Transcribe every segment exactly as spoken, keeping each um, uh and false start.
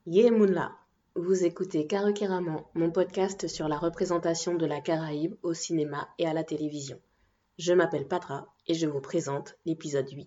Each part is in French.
Yemunla, vous écoutez Karukeraman, mon podcast sur la représentation de la Caraïbe au cinéma et à la télévision. Je m'appelle Patra et je vous présente l'épisode huit.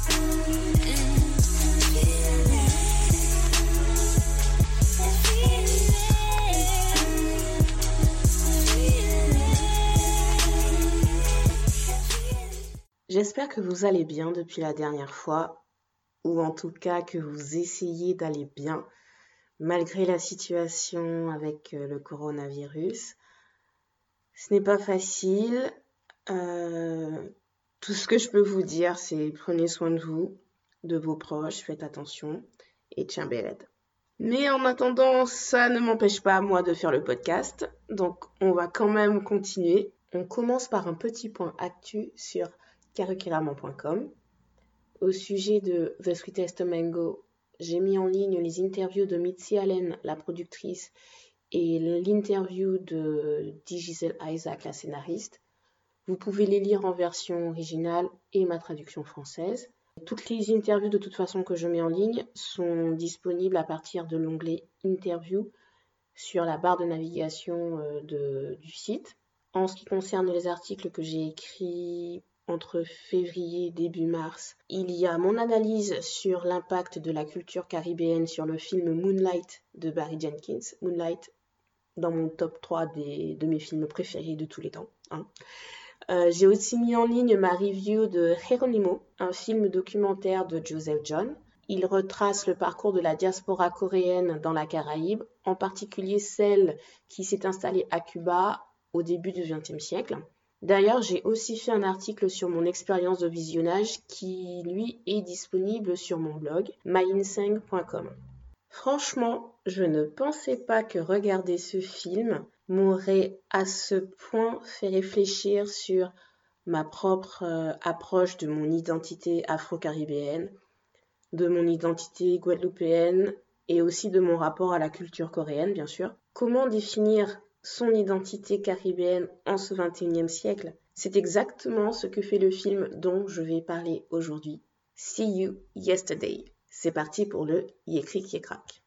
J'espère que vous allez bien depuis la dernière fois, ou en tout cas que vous essayez d'aller bien, malgré la situation avec le coronavirus. Ce n'est pas facile. Euh, tout ce que je peux vous dire, c'est prenez soin de vous, de vos proches, faites attention et tiens beled. Mais en attendant, ça ne m'empêche pas moi de faire le podcast, donc on va quand même continuer. On commence par un petit point actu sur karukeraman point com. Au sujet de The Sweetest Mango, j'ai mis en ligne les interviews de Mitzi Allen, la productrice, et l'interview de Digicel Isaac, la scénariste. Vous pouvez les lire en version originale et ma traduction française. Toutes les interviews de toute façon que je mets en ligne sont disponibles à partir de l'onglet Interview sur la barre de navigation de, du site. En ce qui concerne les articles que j'ai écrits entre février et début mars, il y a mon analyse sur l'impact de la culture caribéenne sur le film Moonlight de Barry Jenkins. Moonlight, dans mon top trois des, de mes films préférés de tous les temps. Hein. Euh, j'ai aussi mis en ligne ma review de Geronimo, un film documentaire de Joseph John. Il retrace le parcours de la diaspora coréenne dans la Caraïbe, en particulier celle qui s'est installée à Cuba au début du vingtième siècle. D'ailleurs, j'ai aussi fait un article sur mon expérience de visionnage qui, lui, est disponible sur mon blog my inseng point com. Franchement, je ne pensais pas que regarder ce film m'aurait à ce point fait réfléchir sur ma propre euh, approche de mon identité afro-caribéenne, de mon identité guadeloupéenne et aussi de mon rapport à la culture coréenne, bien sûr. Comment définir son identité caribéenne en ce vingt et unième siècle? C'est exactement ce que fait le film dont je vais parler aujourd'hui. See You Yesterday. C'est parti pour le Yécric Yécrac.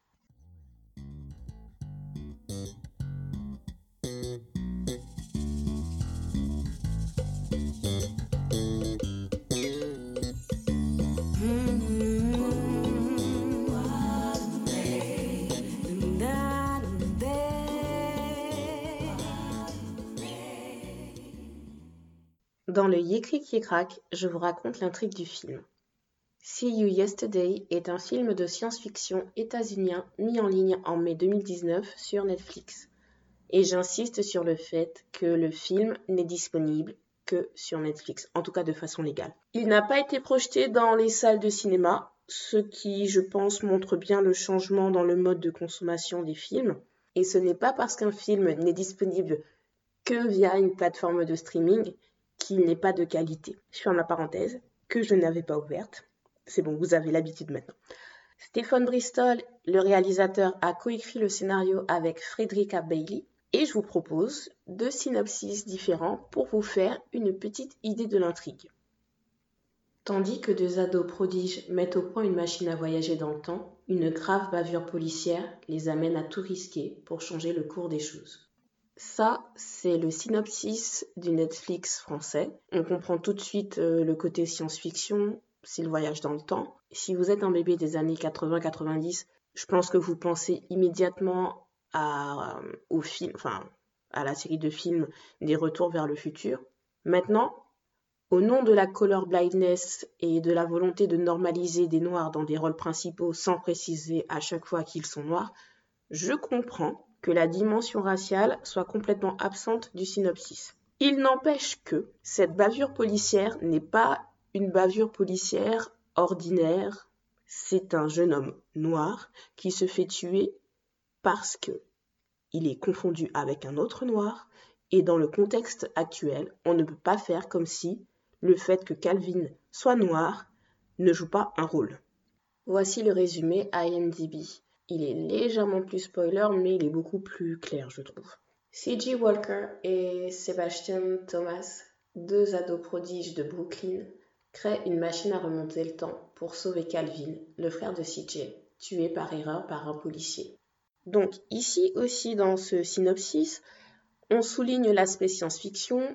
Dans le Yécric Yécrac, je vous raconte l'intrigue du film. See You Yesterday est un film de science-fiction états-unien mis en ligne en mai deux mille dix-neuf sur Netflix. Et j'insiste sur le fait que le film n'est disponible que sur Netflix, en tout cas de façon légale. Il n'a pas été projeté dans les salles de cinéma, ce qui, je pense, montre bien le changement dans le mode de consommation des films. Et ce n'est pas parce qu'un film n'est disponible que via une plateforme de streaming qu'il n'est pas de qualité. Je ferme la parenthèse, que je n'avais pas ouverte. C'est bon, vous avez l'habitude maintenant. Stephen Bristol, le réalisateur, a coécrit le scénario avec Frederica Bailey et je vous propose deux synopsis différents pour vous faire une petite idée de l'intrigue. Tandis que deux ados prodiges mettent au point une machine à voyager dans le temps, une grave bavure policière les amène à tout risquer pour changer le cours des choses. Ça, c'est le synopsis du Netflix français. On comprend tout de suite euh, le côté science-fiction, c'est le voyage dans le temps. Si vous êtes un bébé des années quatre-vingts quatre-vingt-dix, je pense que vous pensez immédiatement à, euh, au film, enfin, à la série de films des Retours vers le futur. Maintenant, au nom de la color blindness et de la volonté de normaliser des noirs dans des rôles principaux sans préciser à chaque fois qu'ils sont noirs, je comprends que la dimension raciale soit complètement absente du synopsis. Il n'empêche que cette bavure policière n'est pas une bavure policière ordinaire. C'est un jeune homme noir qui se fait tuer parce que il est confondu avec un autre noir et dans le contexte actuel, on ne peut pas faire comme si le fait que Calvin soit noir ne joue pas un rôle. Voici le résumé I M D B. Il est légèrement plus spoiler, mais il est beaucoup plus clair, je trouve. C J Walker et Sebastian Thomas, deux ados prodiges de Brooklyn, créent une machine à remonter le temps pour sauver Calvin, le frère de C J, tué par erreur par un policier. Donc ici aussi dans ce synopsis, on souligne l'aspect science-fiction,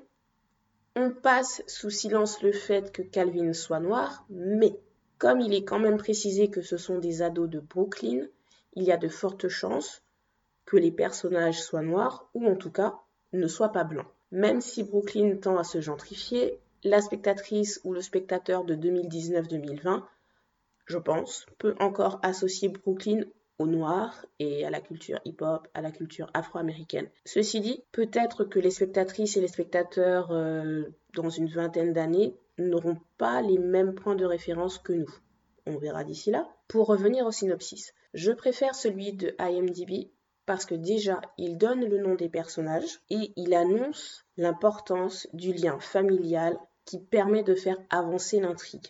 on passe sous silence le fait que Calvin soit noir, mais comme il est quand même précisé que ce sont des ados de Brooklyn, il y a de fortes chances que les personnages soient noirs ou en tout cas ne soient pas blancs. Même si Brooklyn tend à se gentrifier, la spectatrice ou le spectateur de deux mille dix-neuf deux mille vingt, je pense, peut encore associer Brooklyn au noir et à la culture hip-hop, à la culture afro-américaine. Ceci dit, peut-être que les spectatrices et les spectateurs euh, dans une vingtaine d'années n'auront pas les mêmes points de référence que nous. On verra d'ici là. Pour revenir au synopsis, je préfère celui de I M D B parce que déjà, il donne le nom des personnages et il annonce l'importance du lien familial qui permet de faire avancer l'intrigue.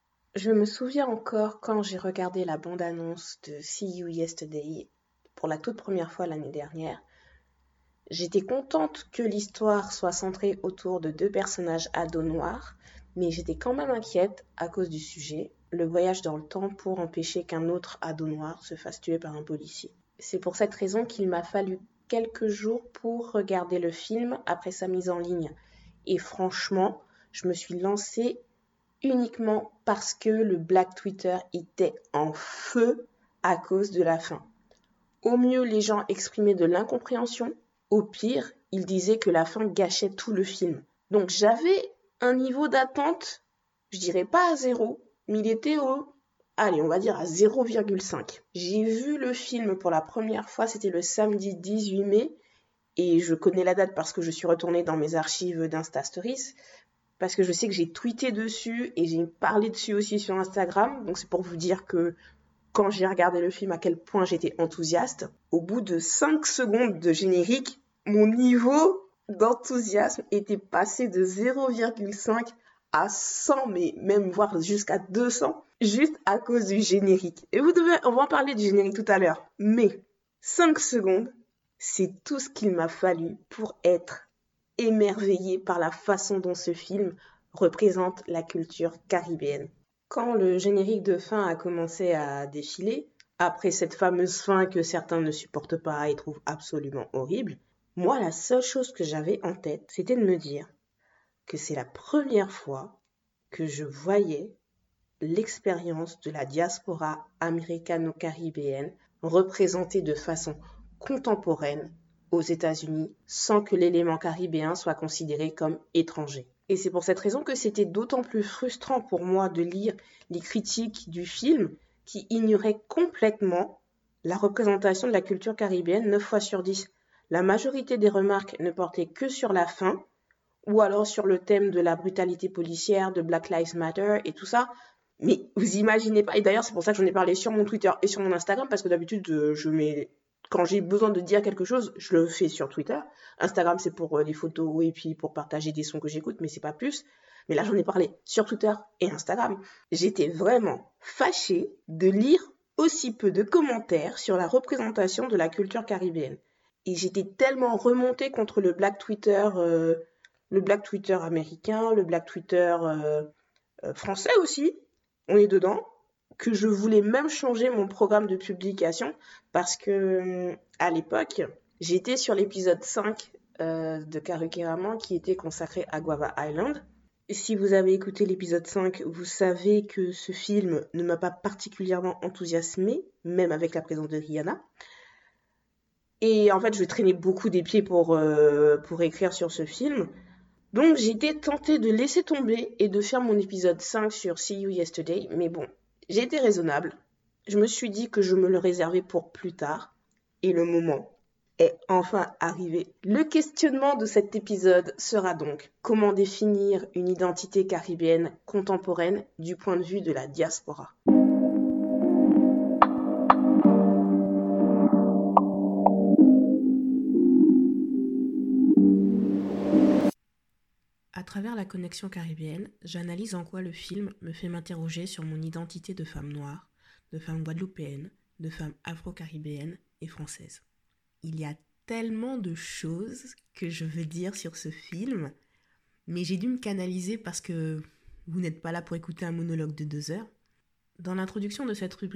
Je me souviens encore quand j'ai regardé la bande-annonce de See You Yesterday pour la toute première fois l'année dernière. J'étais contente que l'histoire soit centrée autour de deux personnages ados noirs, mais j'étais quand même inquiète à cause du sujet, le voyage dans le temps pour empêcher qu'un autre ado noir se fasse tuer par un policier. C'est pour cette raison qu'il m'a fallu quelques jours pour regarder le film après sa mise en ligne. Et franchement, je me suis lancée uniquement parce que le Black Twitter était en feu à cause de la fin. Au mieux, les gens exprimaient de l'incompréhension. Au pire, ils disaient que la fin gâchait tout le film. Donc j'avais un niveau d'attente, je dirais pas à zéro, mais il était au, allez, on va dire à zéro virgule cinq. J'ai vu le film pour la première fois, c'était le samedi dix-huit mai, et je connais la date parce que je suis retournée dans mes archives d'Insta Stories, parce que je sais que j'ai tweeté dessus et j'ai parlé dessus aussi sur Instagram. Donc c'est pour vous dire que quand j'ai regardé le film, à quel point j'étais enthousiaste. Au bout de cinq secondes de générique, mon niveau d'enthousiasme était passé de zéro virgule cinq à cent, mais même voire jusqu'à deux cents, juste à cause du générique. Et vous devez, on va en parler du générique tout à l'heure. Mais cinq secondes, c'est tout ce qu'il m'a fallu pour être émerveillée par la façon dont ce film représente la culture caribéenne. Quand le générique de fin a commencé à défiler, après cette fameuse fin que certains ne supportent pas et trouvent absolument horrible, moi la seule chose que j'avais en tête, c'était de me dire que c'est la première fois que je voyais l'expérience de la diaspora américano-caribéenne représentée de façon contemporaine aux États-Unis sans que l'élément caribéen soit considéré comme étranger. Et c'est pour cette raison que c'était d'autant plus frustrant pour moi de lire les critiques du film qui ignoraient complètement la représentation de la culture caribéenne neuf fois sur dix. La majorité des remarques ne portaient que sur la fin ou alors sur le thème de la brutalité policière, de Black Lives Matter et tout ça. Mais vous imaginez pas, et d'ailleurs c'est pour ça que j'en ai parlé sur mon Twitter et sur mon Instagram, parce que d'habitude je mets, quand j'ai besoin de dire quelque chose, je le fais sur Twitter. Instagram c'est pour les photos et puis pour partager des sons que j'écoute, mais c'est pas plus. Mais là j'en ai parlé sur Twitter et Instagram. J'étais vraiment fâchée de lire aussi peu de commentaires sur la représentation de la culture caribéenne. Et j'étais tellement remontée contre le Black Twitter, euh, le Black Twitter américain, le Black Twitter euh, euh, français aussi, on est dedans, que je voulais même changer mon programme de publication parce que à l'époque, j'étais sur l'épisode cinq euh, de Karukeraman qui était consacré à Guava Island. Et si vous avez écouté l'épisode cinq, vous savez que ce film ne m'a pas particulièrement enthousiasmée, même avec la présence de Rihanna. Et en fait, je traînais beaucoup des pieds pour, euh, pour écrire sur ce film. Donc j'étais tentée de laisser tomber et de faire mon épisode cinq sur See You Yesterday, mais bon, j'ai été raisonnable. Je me suis dit que je me le réservais pour plus tard, et le moment est enfin arrivé. Le questionnement de cet épisode sera donc: comment définir une identité caribéenne contemporaine du point de vue de la diaspora ? À travers la connexion caribéenne, j'analyse en quoi le film me fait m'interroger sur mon identité de femme noire, de femme guadeloupéenne, de femme afro-caribéenne et française. Il y a tellement de choses que je veux dire sur ce film, mais j'ai dû me canaliser parce que vous n'êtes pas là pour écouter un monologue de deux heures. Dans l'introduction de cette rubrique,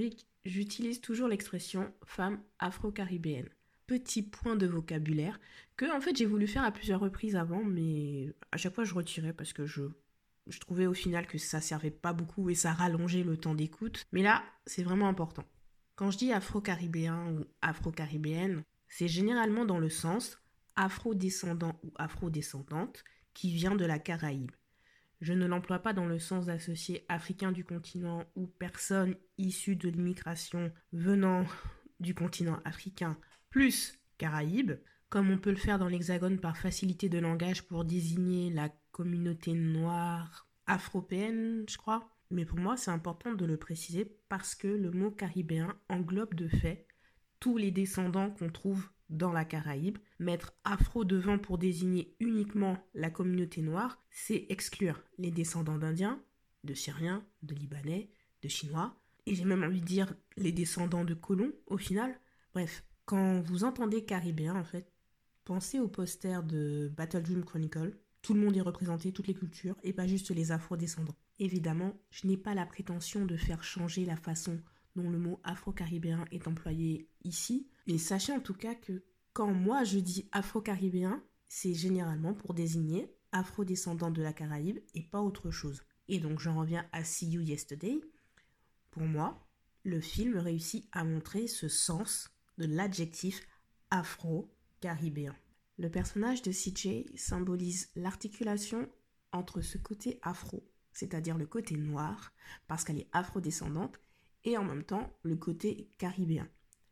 j'utilise toujours l'expression femme afro-caribéenne. Petit point de vocabulaire que en fait j'ai voulu faire à plusieurs reprises avant, mais à chaque fois je retirais parce que je, je trouvais au final que ça servait pas beaucoup et ça rallongeait le temps d'écoute. Mais là, c'est vraiment important. Quand je dis afro-caribéen ou afro-caribéenne, c'est généralement dans le sens afro-descendant ou afro-descendante qui vient de la Caraïbe. Je ne l'emploie pas dans le sens d'associer africain du continent ou personne issue de l'immigration venant du continent africain plus Caraïbes, comme on peut le faire dans l'Hexagone par facilité de langage pour désigner la communauté noire afropéenne, je crois. Mais pour moi, c'est important de le préciser parce que le mot caribéen englobe de fait tous les descendants qu'on trouve dans la Caraïbe. Mettre afro devant pour désigner uniquement la communauté noire, c'est exclure les descendants d'Indiens, de Syriens, de Libanais, de Chinois, et j'ai même envie de dire les descendants de colons au final. Bref, quand vous entendez caribéen, en fait, pensez au poster de Battle Dream Chronicle. Tout le monde est représenté, toutes les cultures, et pas juste les afro-descendants. Évidemment, je n'ai pas la prétention de faire changer la façon dont le mot afro-caribéen est employé ici, mais sachez en tout cas que quand moi je dis afro-caribéen, c'est généralement pour désigner afro-descendants de la Caraïbe et pas autre chose. Et donc j'en reviens à See You Yesterday. Pour moi, le film réussit à montrer ce sens de l'adjectif afro-caribéen. Le personnage de C J symbolise l'articulation entre ce côté afro, c'est-à-dire le côté noir, parce qu'elle est afro-descendante, et en même temps le côté caribéen.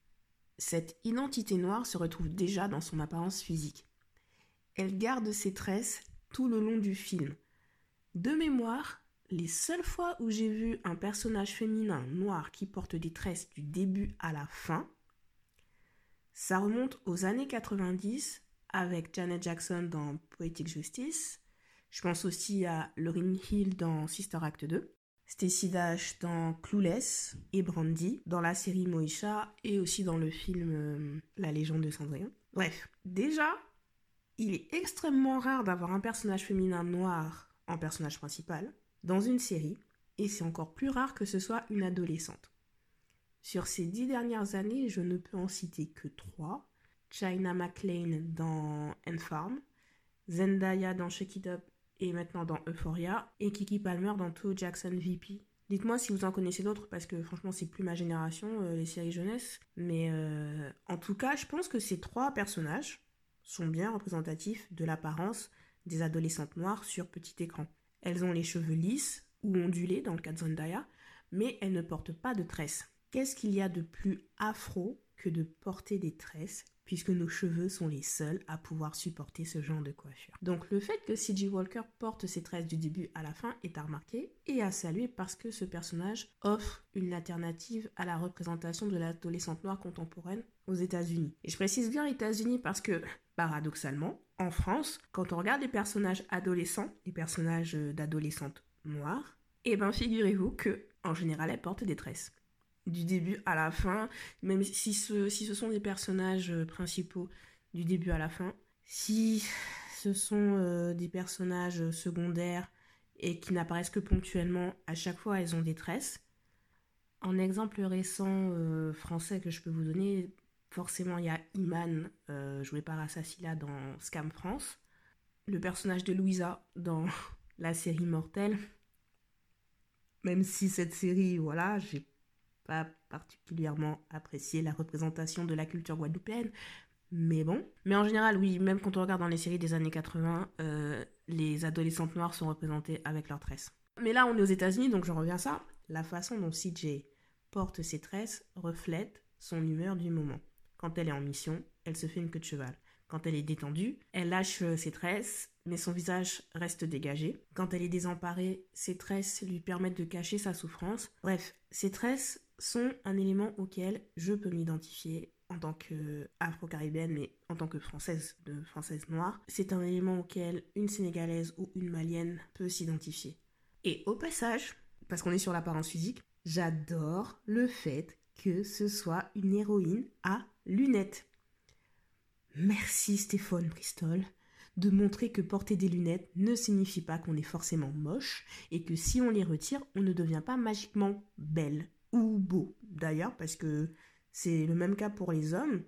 Cette identité noire se retrouve déjà dans son apparence physique. Elle garde ses tresses tout le long du film. De mémoire, les seules fois où j'ai vu un personnage féminin noir qui porte des tresses du début à la fin, ça remonte aux années quatre-vingt-dix avec Janet Jackson dans Poetic Justice. Je pense aussi à Lauryn Hill dans Sister Act deux. Stacey Dash dans Clueless et Brandy dans la série Moesha et aussi dans le film euh, La légende de Cendrillon. Bref, déjà, il est extrêmement rare d'avoir un personnage féminin noir en personnage principal dans une série et c'est encore plus rare que ce soit une adolescente. Sur ces dix dernières années, je ne peux en citer que trois. China McClain dans Ant Farm, Zendaya dans Shake It Up et maintenant dans Euphoria, et Kiki Palmer dans Toe Jackson V P. Dites-moi si vous en connaissez d'autres, parce que franchement, c'est plus ma génération, euh, les séries jeunesse. Mais euh, en tout cas, je pense que ces trois personnages sont bien représentatifs de l'apparence des adolescentes noires sur petit écran. Elles ont les cheveux lisses ou ondulés dans le cas de Zendaya, mais elles ne portent pas de tresses. Qu'est-ce qu'il y a de plus afro que de porter des tresses, puisque nos cheveux sont les seuls à pouvoir supporter ce genre de coiffure. Donc le fait que C J Walker porte ses tresses du début à la fin est à remarquer et à saluer parce que ce personnage offre une alternative à la représentation de l'adolescente noire contemporaine aux États-Unis. Et je précise bien États-Unis parce que, paradoxalement, en France, quand on regarde les personnages adolescents, les personnages d'adolescentes noires, eh ben figurez-vous que, en général, elles portent des tresses. Du début à la fin, même si ce, si ce sont des personnages principaux du début à la fin, si ce sont euh, des personnages secondaires et qui n'apparaissent que ponctuellement, à chaque fois elles ont des tresses. En exemple récent euh, français que je peux vous donner, forcément il y a Iman, euh, joué par Assassila dans Scam France, le personnage de Louisa dans la série Mortelle, même si cette série, voilà, j'ai pas particulièrement apprécié la représentation de la culture guadeloupéenne, mais bon. Mais en général, oui, même quand on regarde dans les séries des années quatre-vingts, euh, les adolescentes noires sont représentées avec leurs tresses. Mais là, on est aux États-Unis, donc je reviens à ça. La façon dont C J porte ses tresses reflète son humeur du moment. Quand elle est en mission, elle se fait une queue de cheval. Quand elle est détendue, elle lâche ses tresses, mais son visage reste dégagé. Quand elle est désemparée, ses tresses lui permettent de cacher sa souffrance. Bref, ses tresses sont un élément auquel je peux m'identifier en tant qu'afro-caribéenne, mais en tant que française, de française noire. C'est un élément auquel une sénégalaise ou une malienne peut s'identifier. Et au passage, parce qu'on est sur l'apparence physique, j'adore le fait que ce soit une héroïne à lunettes. Merci Stéphane Bristol de montrer que porter des lunettes ne signifie pas qu'on est forcément moche et que si on les retire, on ne devient pas magiquement belle. ou beau d'ailleurs, parce que c'est le même cas pour les hommes.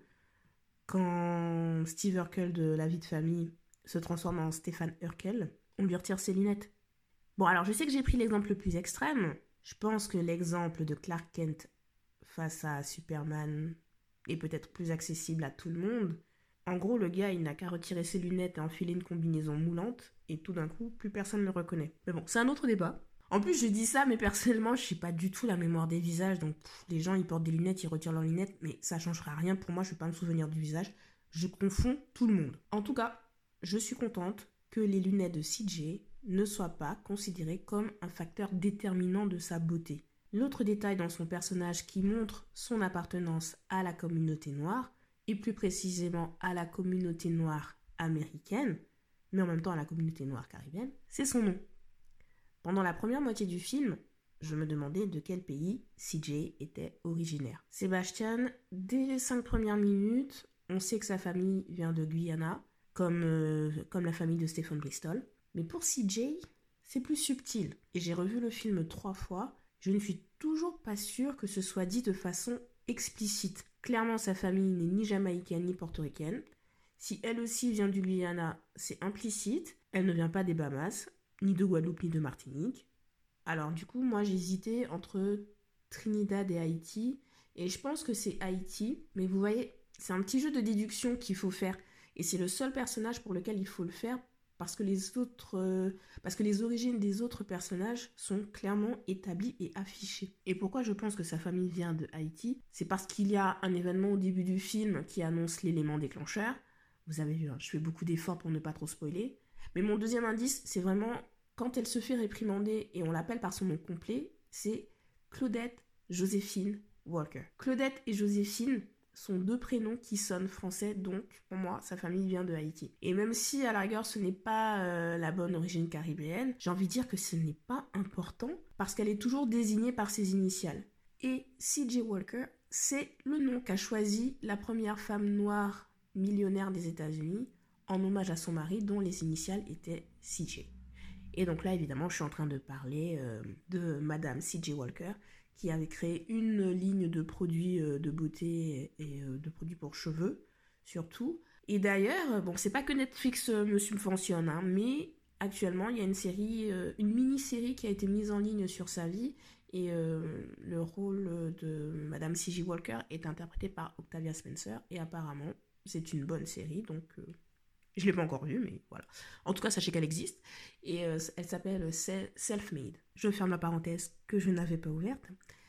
Quand Steve Urkel de La Vie de Famille se transforme en Stéphane Urkel, on lui retire ses lunettes. Bon, alors je sais que j'ai pris l'exemple le plus extrême. Je pense que l'exemple de Clark Kent face à Superman est peut-être plus accessible à tout le monde. En gros, le gars, il n'a qu'à retirer ses lunettes et enfiler une combinaison moulante, et tout d'un coup, plus personne ne le reconnaît. Mais bon, c'est un autre débat. En plus, je dis ça, mais personnellement, je n'ai pas du tout la mémoire des visages, donc pff, les gens, ils portent des lunettes, ils retirent leurs lunettes, mais ça ne changera rien pour moi, je ne vais pas me souvenir du visage. Je confonds tout le monde. En tout cas, je suis contente que les lunettes de C J ne soient pas considérées comme un facteur déterminant de sa beauté. L'autre détail dans son personnage qui montre son appartenance à la communauté noire, et plus précisément à la communauté noire américaine, mais en même temps à la communauté noire caribéenne, c'est son nom. Pendant la première moitié du film, je me demandais de quel pays C J était originaire. Sébastien, dès les cinq premières minutes, on sait que sa famille vient de Guyana, comme, euh, comme la famille de Stephen Bristol. Mais pour C J, c'est plus subtil. Et j'ai revu le film trois fois, je ne suis toujours pas sûre que ce soit dit de façon explicite. Clairement, sa famille n'est ni jamaïcaine ni portoricaine. Si elle aussi vient du Guyana, c'est implicite. Elle ne vient pas des Bahamas, ni de Guadeloupe, ni de Martinique. Alors du coup, moi j'hésitais entre Trinidad et Haïti. Et je pense que c'est Haïti. Mais vous voyez, c'est un petit jeu de déduction qu'il faut faire. Et c'est le seul personnage pour lequel il faut le faire. Parce que les autres, euh, parce que les origines des autres personnages sont clairement établies et affichées. Et pourquoi je pense que sa famille vient de Haïti ? C'est parce qu'il y a un événement au début du film qui annonce l'élément déclencheur. Vous avez vu, hein, je fais beaucoup d'efforts pour ne pas trop spoiler. Mais mon deuxième indice, c'est vraiment quand elle se fait réprimander et on l'appelle par son nom complet, c'est Claudette Joséphine Walker. Claudette et Joséphine sont deux prénoms qui sonnent français, donc pour moi, sa famille vient de Haïti. Et même si à la rigueur ce n'est pas euh, la bonne origine caribéenne, j'ai envie de dire que ce n'est pas important parce qu'elle est toujours désignée par ses initiales. Et C J Walker, c'est le nom qu'a choisi la première femme noire millionnaire des États-Unis en hommage à son mari dont les initiales étaient C J. Et donc là, évidemment, je suis en train de parler euh, de Madame C J Walker, qui avait créé une ligne de produits de beauté et de produits pour cheveux, surtout. Et d'ailleurs, bon, c'est pas que Netflix me subventionne, hein, mais actuellement, il y a une série, une mini-série qui a été mise en ligne sur sa vie, et euh, le rôle de Madame C J Walker est interprété par Octavia Spencer, et apparemment, c'est une bonne série, donc... Euh, je ne l'ai pas encore vue, mais voilà. En tout cas, sachez qu'elle existe. Et euh, elle s'appelle Self-Made. Je ferme la parenthèse que je n'avais pas ouverte.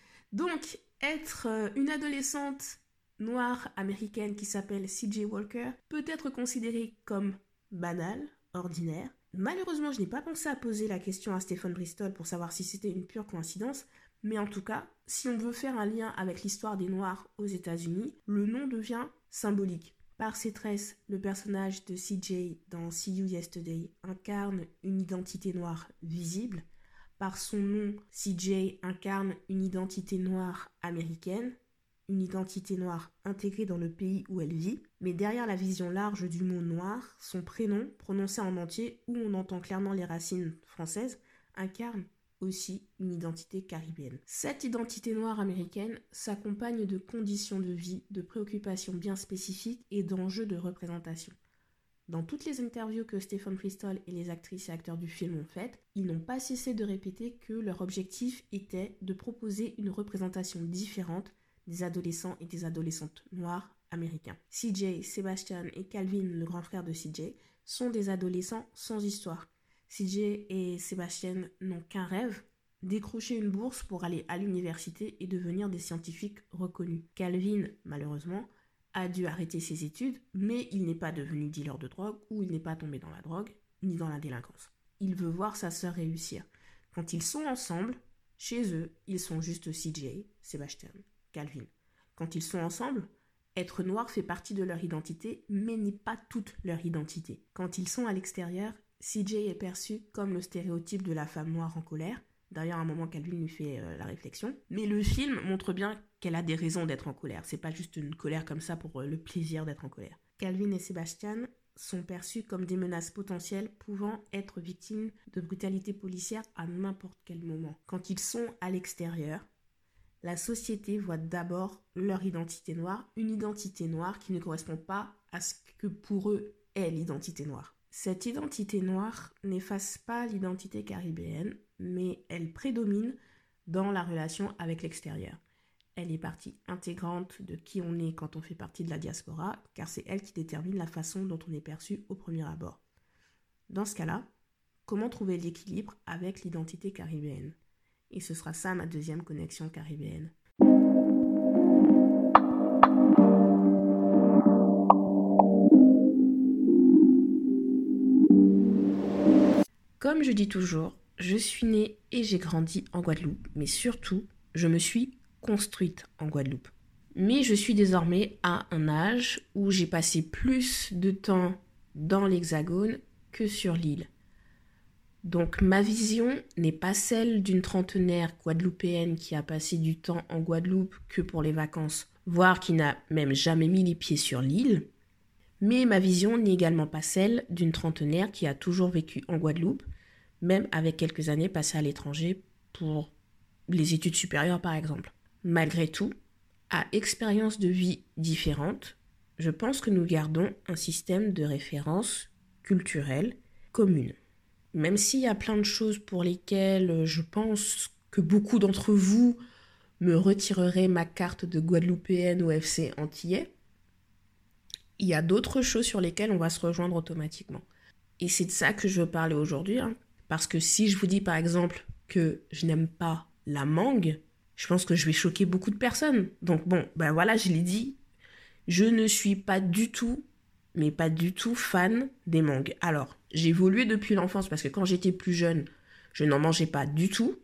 Donc, être euh, une adolescente noire américaine qui s'appelle C J Walker peut être considérée comme banale, ordinaire. Malheureusement, je n'ai pas pensé à poser la question à Stephen Bristol pour savoir si c'était une pure coïncidence. Mais en tout cas, si on veut faire un lien avec l'histoire des Noirs aux États-Unis, le nom devient symbolique. Par ses tresses, le personnage de C J dans See You Yesterday incarne une identité noire visible. Par son nom, C J incarne une identité noire américaine, une identité noire intégrée dans le pays où elle vit. Mais derrière la vision large du mot noir, son prénom, prononcé en entier, où on entend clairement les racines françaises, incarne aussi une identité caribéenne. Cette identité noire américaine s'accompagne de conditions de vie, de préoccupations bien spécifiques et d'enjeux de représentation. Dans toutes les interviews que Stephen Bristol et les actrices et acteurs du film ont faites, ils n'ont pas cessé de répéter que leur objectif était de proposer une représentation différente des adolescents et des adolescentes noires américains. C J, Sébastien et Calvin, le grand frère de C J, sont des adolescents sans histoire. C J et Sébastien n'ont qu'un rêve, décrocher une bourse pour aller à l'université et devenir des scientifiques reconnus. Calvin, malheureusement, a dû arrêter ses études, mais il n'est pas devenu dealer de drogue ou il n'est pas tombé dans la drogue, ni dans la délinquance. Il veut voir sa sœur réussir. Quand ils sont ensemble, chez eux, ils sont juste C J, Sébastien, Calvin. Quand ils sont ensemble, être noir fait partie de leur identité, mais n'est pas toute leur identité. Quand ils sont à l'extérieur, C J est perçu comme le stéréotype de la femme noire en colère. D'ailleurs, à un moment, Calvin lui fait euh, la réflexion. Mais le film montre bien qu'elle a des raisons d'être en colère. C'est pas juste une colère comme ça pour euh, le plaisir d'être en colère. Calvin et Sébastien sont perçus comme des menaces potentielles pouvant être victimes de brutalité policière à n'importe quel moment. Quand ils sont à l'extérieur, la société voit d'abord leur identité noire, une identité noire qui ne correspond pas à ce que pour eux est l'identité noire. Cette identité noire n'efface pas l'identité caribéenne, mais elle prédomine dans la relation avec l'extérieur. Elle est partie intégrante de qui on est quand on fait partie de la diaspora, car c'est elle qui détermine la façon dont on est perçu au premier abord. Dans ce cas-là, comment trouver l'équilibre avec l'identité caribéenne ? Et ce sera ça ma deuxième connexion caribéenne. Comme je dis toujours, je suis née et j'ai grandi en Guadeloupe, mais surtout, je me suis construite en Guadeloupe. Mais je suis désormais à un âge où j'ai passé plus de temps dans l'Hexagone que sur l'île. Donc ma vision n'est pas celle d'une trentenaire guadeloupéenne qui a passé du temps en Guadeloupe que pour les vacances, voire qui n'a même jamais mis les pieds sur l'île. Mais ma vision n'est également pas celle d'une trentenaire qui a toujours vécu en Guadeloupe, même avec quelques années passées à l'étranger pour les études supérieures par exemple. Malgré tout, à expériences de vie différentes, je pense que nous gardons un système de référence culturelle commune. Même s'il y a plein de choses pour lesquelles je pense que beaucoup d'entre vous me retireraient ma carte de Guadeloupéenne au F C Antillais, il y a d'autres choses sur lesquelles on va se rejoindre automatiquement. Et c'est de ça que je veux parler aujourd'hui, hein. Parce que si je vous dis par exemple que je n'aime pas la mangue, je pense que je vais choquer beaucoup de personnes. Donc bon, ben voilà, je l'ai dit, je ne suis pas du tout, mais pas du tout fan des mangues. Alors, j'ai évolué depuis l'enfance parce que quand j'étais plus jeune, je n'en mangeais pas du tout.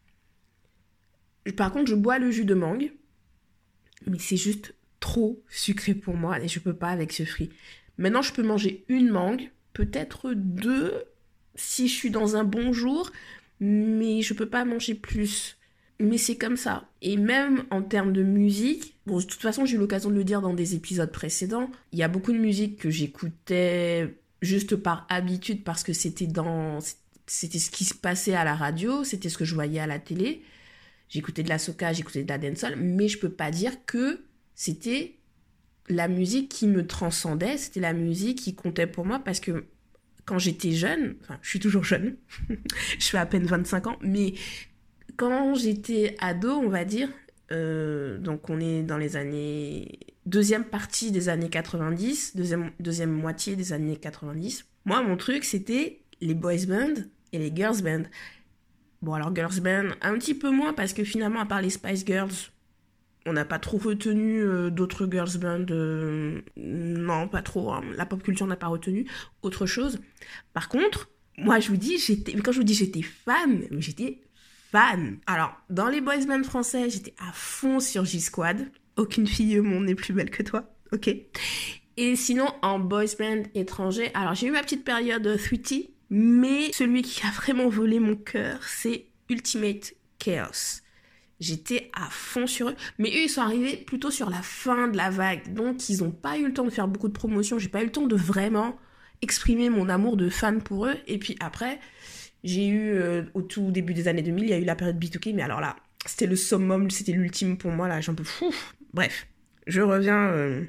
Par contre, je bois le jus de mangue, mais c'est juste trop sucré pour moi et je peux pas avec ce fruit. Maintenant, je peux manger une mangue, peut-être deux si je suis dans un bon jour, mais je peux pas manger plus. Mais c'est comme ça. Et même en termes de musique, bon, de toute façon, j'ai eu l'occasion de le dire dans des épisodes précédents, il y a beaucoup de musique que j'écoutais juste par habitude parce que c'était dans, c'était ce qui se passait à la radio, c'était ce que je voyais à la télé. J'écoutais de la soca, j'écoutais de la dancehall, mais je peux pas dire que c'était la musique qui me transcendait, c'était la musique qui comptait pour moi parce que quand j'étais jeune, enfin, je suis toujours jeune, je fais à peine vingt-cinq ans, mais quand j'étais ado, on va dire, euh, donc on est dans les années... Deuxième partie des années quatre-vingt-dix, deuxième, deuxième moitié des années quatre-vingt-dix, moi, mon truc, c'était les boys band et les girls band. Bon, alors girls band, un petit peu moins, parce que finalement, à part les Spice Girls, on n'a pas trop retenu euh, d'autres girls band. Euh, non, pas trop. Hein. La pop culture n'a pas retenu autre chose. Par contre, moi, je vous dis, j'étais... quand je vous dis j'étais fan, j'étais fan. Alors, dans les boys band français, j'étais à fond sur J-Squad. Aucune fille au monde n'est plus belle que toi, ok. Et sinon, en boys band étranger, alors j'ai eu ma petite période Sweetie, mais celui qui a vraiment volé mon cœur, c'est Ultimate Chaos. J'étais à fond sur eux, mais eux, ils sont arrivés plutôt sur la fin de la vague, donc ils n'ont pas eu le temps de faire beaucoup de promotion, j'ai pas eu le temps de vraiment exprimer mon amour de fan pour eux, et puis après, j'ai eu, euh, au tout début des années deux mille, il y a eu la période B deux K, mais alors là, c'était le summum, c'était l'ultime pour moi, là, j'en peux fou. Bref, je reviens euh,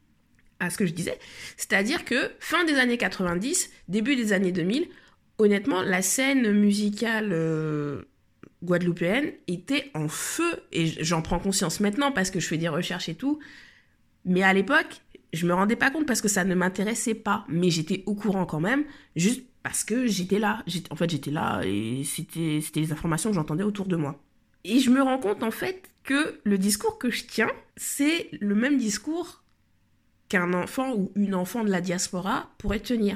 à ce que je disais. C'est-à-dire que fin des années quatre-vingt-dix, début des années deux mille, honnêtement, la scène musicale euh, guadeloupéenne était en feu. Et j'en prends conscience maintenant parce que je fais des recherches et tout. Mais à l'époque, je me rendais pas compte parce que ça ne m'intéressait pas. Mais j'étais au courant quand même, juste parce que j'étais là. J'étais, en fait, j'étais là et c'était, c'était les informations que j'entendais autour de moi. Et je me rends compte, en fait, que le discours que je tiens, c'est le même discours qu'un enfant ou une enfant de la diaspora pourrait tenir.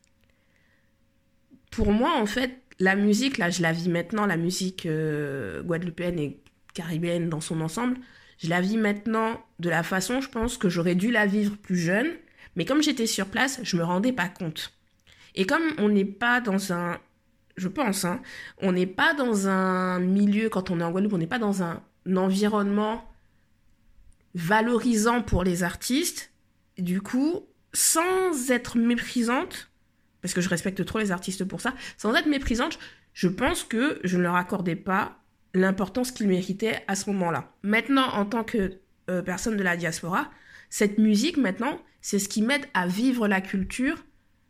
Pour moi, en fait, la musique, là, je la vis maintenant, la musique euh, guadeloupéenne et caribéenne dans son ensemble, je la vis maintenant de la façon, je pense, que j'aurais dû la vivre plus jeune. Mais comme j'étais sur place, je me rendais pas compte. Et comme on n'est pas dans un... Je pense, hein, on n'est pas dans un milieu, quand on est en Guadeloupe, on n'est pas dans un environnement valorisant pour les artistes. Du coup, sans être méprisante, parce que je respecte trop les artistes pour ça, sans être méprisante, je pense que je ne leur accordais pas l'importance qu'il méritait à ce moment-là. Maintenant, en tant que euh, personne de la diaspora, cette musique, maintenant, c'est ce qui m'aide à vivre la culture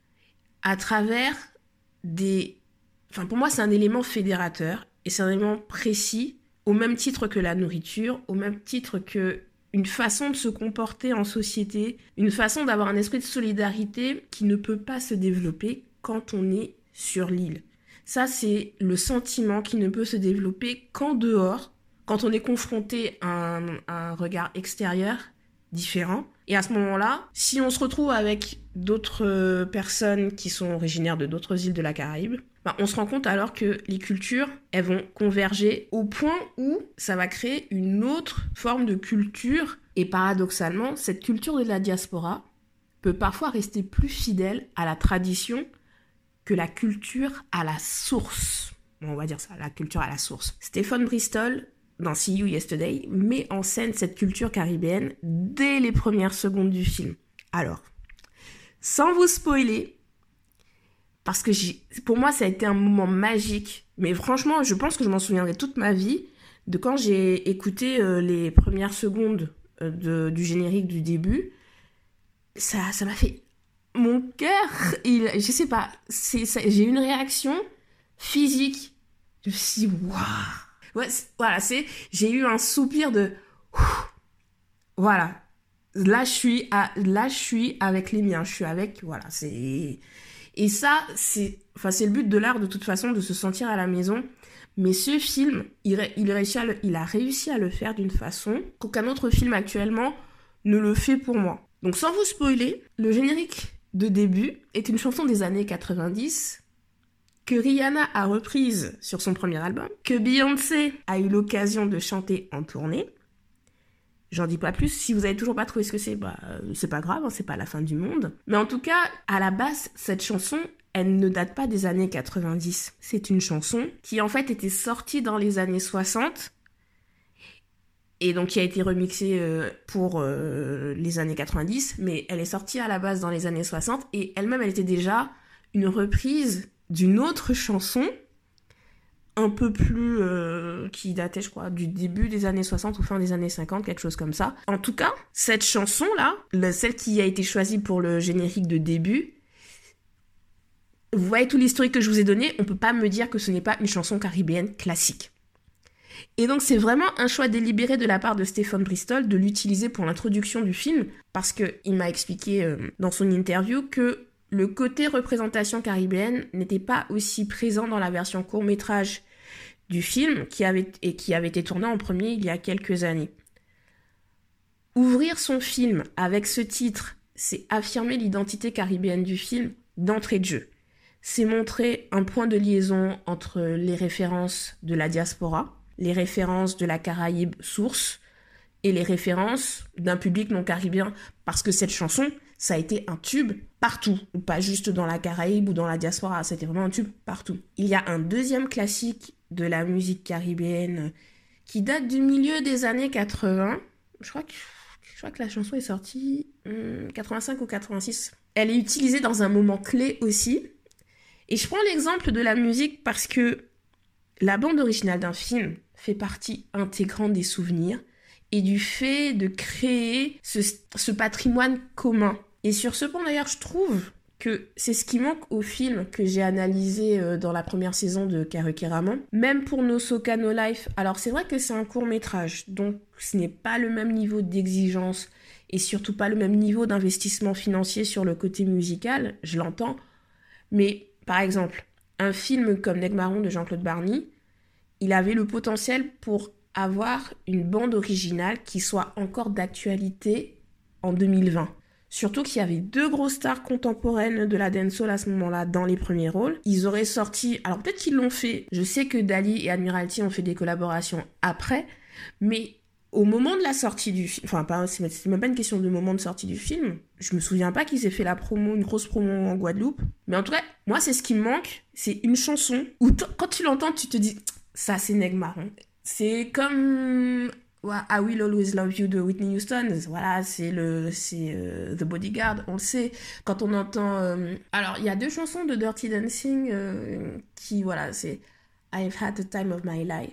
à travers des... Enfin, pour moi, c'est un élément fédérateur et c'est un élément précis, au même titre que la nourriture, au même titre que une façon de se comporter en société, une façon d'avoir un esprit de solidarité qui ne peut pas se développer quand on est sur l'île. Ça, c'est le sentiment qui ne peut se développer qu'en dehors, quand on est confronté à un, à un regard extérieur différent. Et à ce moment-là, si on se retrouve avec d'autres personnes qui sont originaires de d'autres îles de la Caraïbe, ben on se rend compte alors que les cultures, elles vont converger au point où ça va créer une autre forme de culture. Et paradoxalement, cette culture de la diaspora peut parfois rester plus fidèle à la tradition que la culture à la source. Bon, on va dire ça, la culture à la source. Stephen Bristol, dans See You Yesterday, met en scène cette culture caribéenne dès les premières secondes du film. Alors, sans vous spoiler, parce que j'ai, pour moi, ça a été un moment magique, mais franchement, je pense que je m'en souviendrai toute ma vie, de quand j'ai écouté euh, les premières secondes euh, de, du générique du début. Ça, ça m'a fait... Mon cœur, il, je sais pas, c'est, ça, j'ai eu une réaction physique. Je me suis dit, waouh! Ouais, c'est, voilà, c'est, j'ai eu un soupir de, ouf, voilà, là je suis, à, là je suis avec les miens, je suis avec, voilà, c'est, et ça, c'est, enfin c'est le but de l'art de toute façon, de se sentir à la maison. Mais ce film, il, il, réussit à le, il a réussi à le faire d'une façon qu'aucun autre film actuellement ne le fait pour moi. Donc sans vous spoiler, le générique de début est une chanson des années quatre-vingt-dix que Rihanna a reprise sur son premier album, que Beyoncé a eu l'occasion de chanter en tournée. J'en dis pas plus. Si vous avez toujours pas trouvé ce que c'est, bah c'est pas grave, hein, c'est pas la fin du monde. Mais en tout cas, à la base, cette chanson, elle ne date pas des années quatre-vingt-dix. C'est une chanson qui en fait était sortie dans les années soixante et donc qui a été remixée euh, pour euh, les années quatre-vingt-dix, mais elle est sortie à la base dans les années soixante et elle-même, elle était déjà une reprise d'une autre chanson un peu plus... Euh, qui datait, je crois, du début des années soixante ou fin des années cinquante, quelque chose comme ça. En tout cas, cette chanson-là, celle qui a été choisie pour le générique de début, vous voyez tout l'historique que je vous ai donné, on peut pas me dire que ce n'est pas une chanson caribéenne classique. Et donc c'est vraiment un choix délibéré de la part de Stephen Bristol de l'utiliser pour l'introduction du film, parce qu'il m'a expliqué euh, dans son interview que le côté représentation caribéenne n'était pas aussi présent dans la version court-métrage du film qui avait, et qui avait été tourné en premier il y a quelques années. Ouvrir son film avec ce titre, c'est affirmer l'identité caribéenne du film d'entrée de jeu. C'est montrer un point de liaison entre les références de la diaspora, les références de la Caraïbe source et les références d'un public non caribéen, parce que cette chanson, ça a été un tube partout, pas juste dans la Caraïbe ou dans la diaspora, c'était vraiment un tube partout. Il y a un deuxième classique de la musique caribéenne qui date du milieu des années quatre-vingts, je crois que, je crois que la chanson est sortie hum, quatre-vingt-cinq ou quatre-vingt-six. Elle est utilisée dans un moment clé aussi, et je prends l'exemple de la musique parce que la bande originale d'un film fait partie intégrante des souvenirs et du fait de créer ce, ce patrimoine commun. Et sur ce point d'ailleurs, je trouve que c'est ce qui manque au film que j'ai analysé euh, dans la première saison de Karukeraman. Même pour No Soca No Life, alors c'est vrai que c'est un court-métrage, donc ce n'est pas le même niveau d'exigence et surtout pas le même niveau d'investissement financier sur le côté musical, je l'entends. Mais par exemple, un film comme Negmaron de Jean-Claude Barny, il avait le potentiel pour avoir une bande originale qui soit encore d'actualité en deux mille vingt. Surtout qu'il y avait deux grosses stars contemporaines de la dancehall à ce moment-là dans les premiers rôles. Ils auraient sorti... Alors peut-être qu'ils l'ont fait. Je sais que Dali et Admiralty ont fait des collaborations après. Mais au moment de la sortie du film... Enfin, pas, c'est même pas une question de moment de sortie du film. Je me souviens pas qu'ils aient fait la promo, une grosse promo en Guadeloupe. Mais en tout cas, moi, c'est ce qui me manque. C'est une chanson où t- quand tu l'entends, tu te dis... Ça, c'est Negmaron. C'est comme... I Will Always Love You de Whitney Houston, voilà, c'est le c'est euh, The Bodyguard, on le sait. Quand on entend, euh... alors il y a deux chansons de Dirty Dancing euh, qui voilà, c'est I've Had the Time of My Life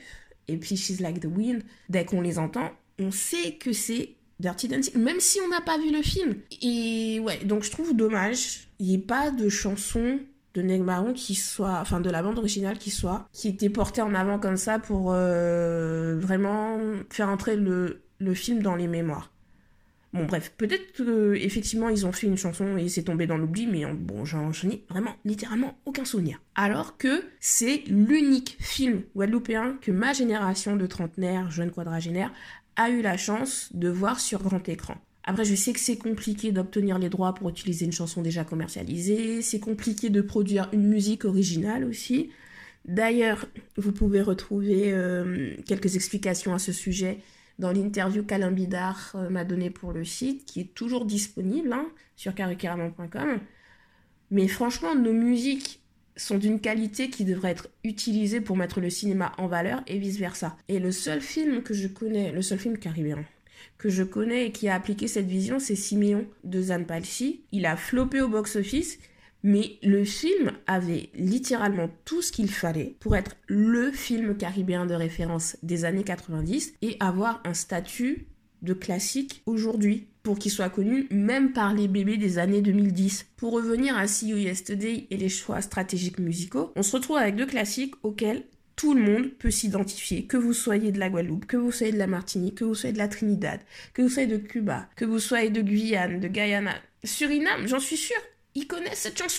et puis She's Like the Wind, dès qu'on les entend, on sait que c'est Dirty Dancing, même si on n'a pas vu le film. Et ouais, donc je trouve dommage, il n'y ait pas de chanson de Neg Marron qui soit, enfin de la bande originale qui soit, qui était portée en avant comme ça pour euh, vraiment faire entrer le, le film dans les mémoires. Bon bref, peut-être qu'effectivement ils ont fait une chanson et c'est tombé dans l'oubli, mais bon, j'en, j'en ai vraiment littéralement aucun souvenir. Alors que c'est l'unique film guadeloupéen que ma génération de trentenaires, jeunes quadragénaires, a eu la chance de voir sur grand écran. Après, je sais que c'est compliqué d'obtenir les droits pour utiliser une chanson déjà commercialisée, c'est compliqué de produire une musique originale aussi. D'ailleurs, vous pouvez retrouver euh, quelques explications à ce sujet dans l'interview qu'Alain Bidard euh, m'a donnée pour le site, qui est toujours disponible hein, sur carrément point com. Mais franchement, nos musiques sont d'une qualité qui devrait être utilisée pour mettre le cinéma en valeur et vice-versa. Et le seul film que je connais, le seul film caribéen que je connais et qui a appliqué cette vision, c'est Siméon de Zane Palsy. Il a floppé au box-office, mais le film avait littéralement tout ce qu'il fallait pour être le film caribéen de référence des années quatre-vingt-dix et avoir un statut de classique aujourd'hui, pour qu'il soit connu même par les bébés des années deux mille dix. Pour revenir à See You Yesterday et les choix stratégiques musicaux, on se retrouve avec deux classiques auxquels tout le monde peut s'identifier, que vous soyez de la Guadeloupe, que vous soyez de la Martinique, que vous soyez de la Trinidad, que vous soyez de Cuba, que vous soyez de Guyane, de Guyana, Suriname, j'en suis sûre, ils connaissent cette chanson.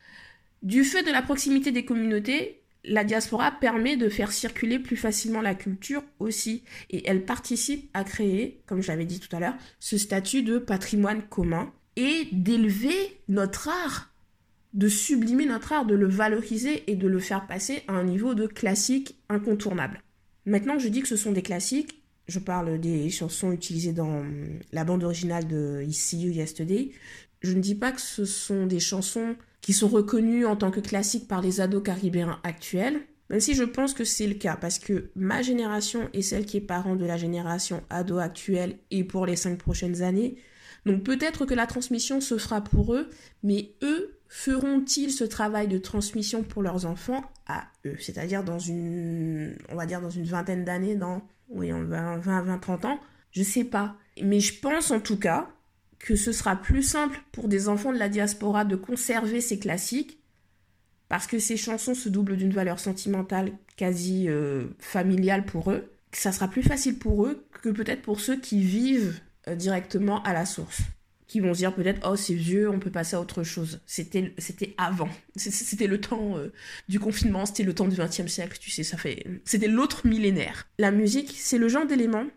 Du fait de la proximité des communautés, la diaspora permet de faire circuler plus facilement la culture aussi, et elle participe à créer, comme je l'avais dit tout à l'heure, ce statut de patrimoine commun et d'élever notre art, de sublimer notre art, de le valoriser et de le faire passer à un niveau de classique incontournable. Maintenant que je dis que ce sont des classiques, je parle des chansons utilisées dans la bande originale de See You Yesterday, je ne dis pas que ce sont des chansons qui sont reconnues en tant que classiques par les ados caribéens actuels, même si je pense que c'est le cas, parce que ma génération est celle qui est parent de la génération ado actuelle et pour les cinq prochaines années, donc peut-être que la transmission se fera pour eux, mais eux feront-ils ce travail de transmission pour leurs enfants à eux, c'est-à-dire dans une, on va dire dans une vingtaine d'années, dans oui, vingt, vingt, trente ans, je sais pas. Mais je pense en tout cas que ce sera plus simple pour des enfants de la diaspora de conserver ces classiques, parce que ces chansons se doublent d'une valeur sentimentale quasi euh, familiale pour eux, que ça sera plus facile pour eux que peut-être pour ceux qui vivent euh, directement à la source, qui vont se dire peut-être « Oh, c'est vieux, on peut passer à autre chose. » C'était, c'était avant. C'était le temps euh, du confinement, c'était le temps du vingtième siècle, tu sais, ça fait... C'était l'autre millénaire. La musique, c'est le genre d'élément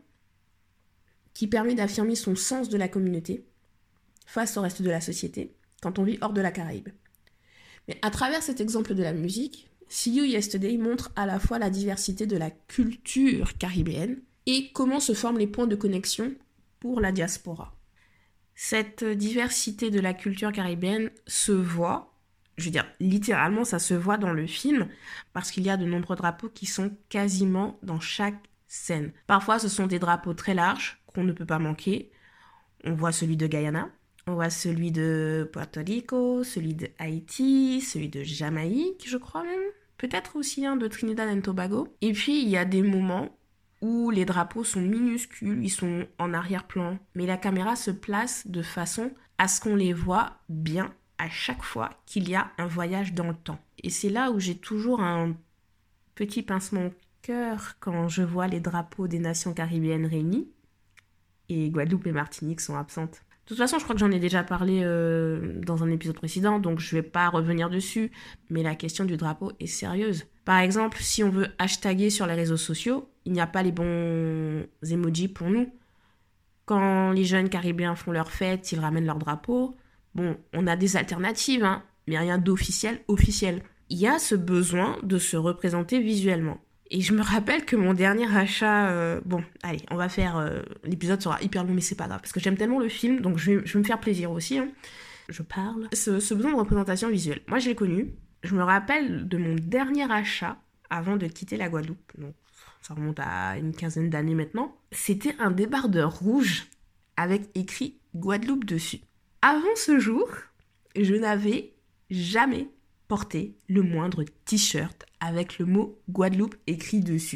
qui permet d'affirmer son sens de la communauté face au reste de la société quand on vit hors de la Caraïbe. Mais à travers cet exemple de la musique, See You Yesterday montre à la fois la diversité de la culture caribéenne et comment se forment les points de connexion pour la diaspora. Cette diversité de la culture caribéenne se voit, je veux dire littéralement ça se voit dans le film, parce qu'il y a de nombreux drapeaux qui sont quasiment dans chaque scène. Parfois ce sont des drapeaux très larges qu'on ne peut pas manquer. On voit celui de Guyana, on voit celui de Puerto Rico, celui de Haïti, celui de Jamaïque, je crois même. Peut-être aussi un de Trinidad and Tobago. Et puis, il y a des moments où les drapeaux sont minuscules, ils sont en arrière-plan. Mais la caméra se place de façon à ce qu'on les voit bien à chaque fois qu'il y a un voyage dans le temps. Et c'est là où j'ai toujours un petit pincement au cœur quand je vois les drapeaux des nations caribéennes réunies. Et Guadeloupe et Martinique sont absentes. De toute façon, je crois que j'en ai déjà parlé euh, dans un épisode précédent, donc je ne vais pas revenir dessus, mais la question du drapeau est sérieuse. Par exemple, si on veut hashtaguer sur les réseaux sociaux, il n'y a pas les bons emojis pour nous. Quand les jeunes caribéens font leur fête, ils ramènent leur drapeau. Bon, on a des alternatives, hein, mais rien d'officiel, officiel. Il y a ce besoin de se représenter visuellement. Et je me rappelle que mon dernier achat... Euh, bon, allez, on va faire... Euh, l'épisode sera hyper long, mais c'est pas grave, parce que j'aime tellement le film, donc je vais, je vais me faire plaisir aussi. Hein. Je parle. Ce, ce besoin de représentation visuelle, moi je l'ai connu. Je me rappelle de mon dernier achat, avant de quitter la Guadeloupe, donc ça remonte à une quinzaine d'années maintenant. C'était un débardeur rouge avec écrit Guadeloupe dessus. Avant ce jour, je n'avais jamais porté le moindre t-shirt avec le mot Guadeloupe écrit dessus.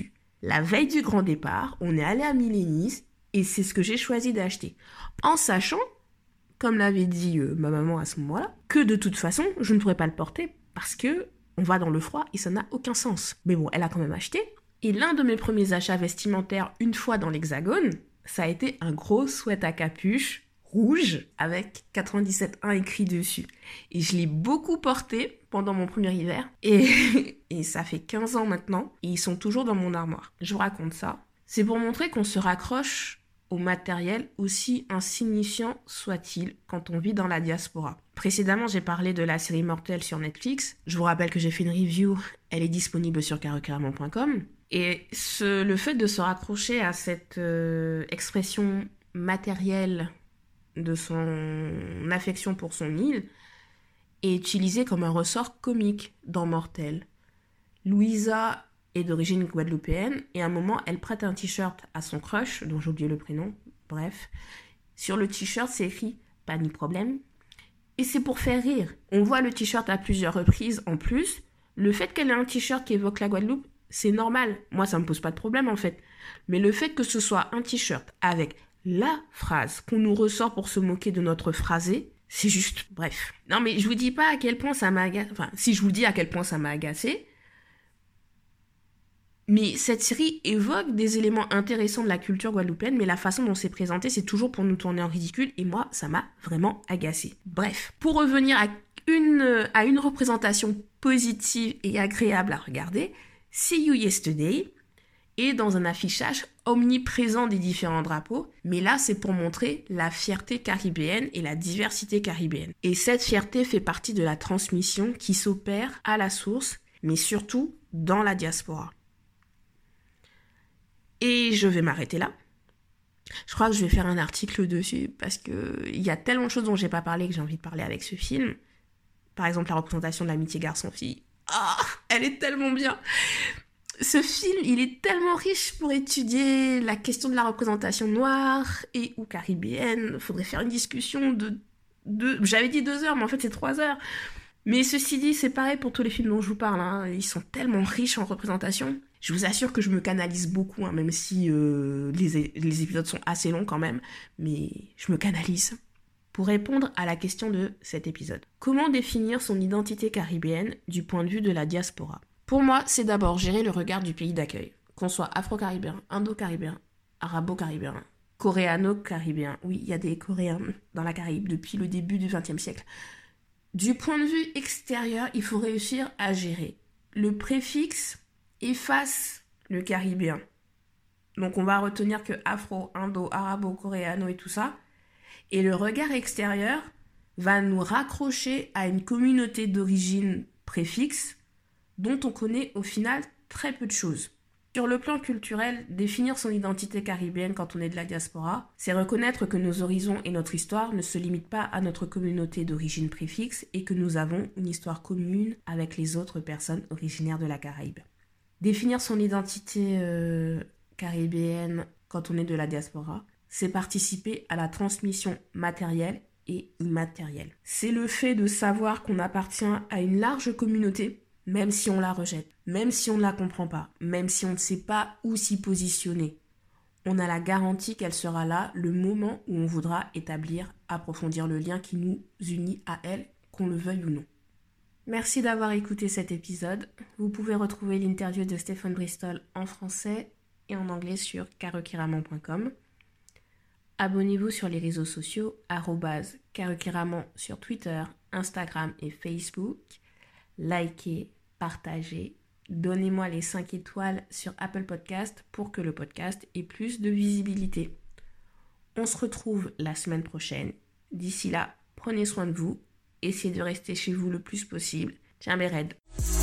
La veille du grand départ, on est allé à Millénis et c'est ce que j'ai choisi d'acheter. En sachant, comme l'avait dit euh, ma maman à ce moment-là, que de toute façon, je ne pourrais pas le porter parce que on va dans le froid et ça n'a aucun sens. Mais bon, elle a quand même acheté. Et l'un de mes premiers achats vestimentaires une fois dans l'Hexagone, ça a été un gros sweat à capuche rouge avec quatre-vingt-dix-sept un écrit dessus. Et je l'ai beaucoup porté pendant mon premier hiver. Et, et ça fait quinze ans maintenant. Et ils sont toujours dans mon armoire. Je vous raconte ça. C'est pour montrer qu'on se raccroche au matériel, aussi insignifiant soit-il, quand on vit dans la diaspora. Précédemment, j'ai parlé de la série Mortel sur Netflix. Je vous rappelle que j'ai fait une review. Elle est disponible sur carocaramon point com. Et ce, le fait de se raccrocher à cette euh, expression matérielle de son affection pour son île est utilisé comme un ressort comique dans Mortel. Louisa est d'origine guadeloupéenne et à un moment, elle prête un t-shirt à son crush, dont j'ai oublié le prénom, bref. Sur le t-shirt, c'est écrit « pas ni problème ». Et c'est pour faire rire. On voit le t-shirt à plusieurs reprises en plus. Le fait qu'elle ait un t-shirt qui évoque la Guadeloupe, c'est normal. Moi, ça me pose pas de problème en fait. Mais le fait que ce soit un t-shirt avec la phrase qu'on nous ressort pour se moquer de notre phrasé, c'est juste... Bref. Non mais je vous dis pas à quel point ça m'a agacé. Enfin, si je vous dis à quel point ça m'a agacé. Mais cette série évoque des éléments intéressants de la culture guadeloupéenne, mais la façon dont c'est présenté, c'est toujours pour nous tourner en ridicule, et moi, ça m'a vraiment agacé. Bref, pour revenir à une, à une représentation positive et agréable à regarder, See You Yesterday est dans un affichage omniprésent des différents drapeaux, mais là, c'est pour montrer la fierté caribéenne et la diversité caribéenne. Et cette fierté fait partie de la transmission qui s'opère à la source, mais surtout dans la diaspora. Et je vais m'arrêter là. Je crois que je vais faire un article dessus parce qu'il y a tellement de choses dont j'ai pas parlé que j'ai envie de parler avec ce film. Par exemple, la représentation de l'amitié garçon-fille. Ah, elle est tellement bien. Ce film, il est tellement riche pour étudier la question de la représentation noire et ou caribéenne. Faudrait faire une discussion de... de... J'avais dit deux heures, mais en fait c'est trois heures. Mais ceci dit, c'est pareil pour tous les films dont je vous parle. Hein. Ils sont tellement riches en représentation. Je vous assure que je me canalise beaucoup, hein, même si euh, les, les épisodes sont assez longs quand même, mais je me canalise. Pour répondre à la question de cet épisode. Comment définir son identité caribéenne du point de vue de la diaspora ? Pour moi, c'est d'abord gérer le regard du pays d'accueil, qu'on soit afro-caribéen, indo-caribéen, arabo-caribéen, coréano-caribéen. Oui, il y a des Coréens dans la Caraïbe depuis le début du vingtième siècle. Du point de vue extérieur, il faut réussir à gérer. Le préfixe efface le caribéen. Donc on va retenir que afro, indo, arabo, coréano et tout ça. Et le regard extérieur va nous raccrocher à une communauté d'origine préfixe dont on connaît au final très peu de choses. Sur le plan culturel, définir son identité caribéenne quand on est de la diaspora, c'est reconnaître que nos horizons et notre histoire ne se limitent pas à notre communauté d'origine préfixe et que nous avons une histoire commune avec les autres personnes originaires de la Caraïbe. Définir son identité euh, caribéenne quand on est de la diaspora, c'est participer à la transmission matérielle et immatérielle. C'est le fait de savoir qu'on appartient à une large communauté, même si on la rejette, même si on ne la comprend pas, même si on ne sait pas où s'y positionner. On a la garantie qu'elle sera là le moment où on voudra établir, approfondir le lien qui nous unit à elle, qu'on le veuille ou non. Merci d'avoir écouté cet épisode. Vous pouvez retrouver l'interview de Stéphane Bristol en français et en anglais sur carocaramon point com. Abonnez-vous sur les réseaux sociaux, arobase carocaramon sur Twitter, Instagram et Facebook. Likez, partagez, donnez-moi les cinq étoiles sur Apple Podcast pour que le podcast ait plus de visibilité. On se retrouve la semaine prochaine. D'ici là, prenez soin de vous. Essayez de rester chez vous le plus possible. Tiens, mes raids.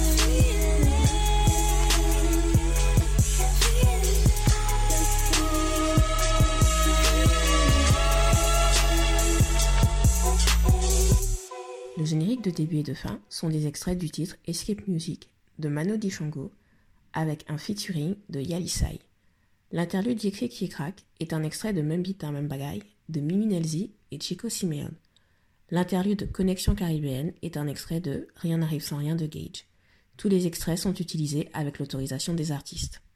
Le générique de début et de fin sont des extraits du titre Escape Music de Mano Dichongo avec un featuring de Yalisai. L'interlude Yekre qui craque est un extrait de Membita Membagay de Mimi Nelzi et Chico Simeone. L'interlude Connexion caribéenne est un extrait de Rien n'arrive sans rien de Gage. Tous les extraits sont utilisés avec l'autorisation des artistes.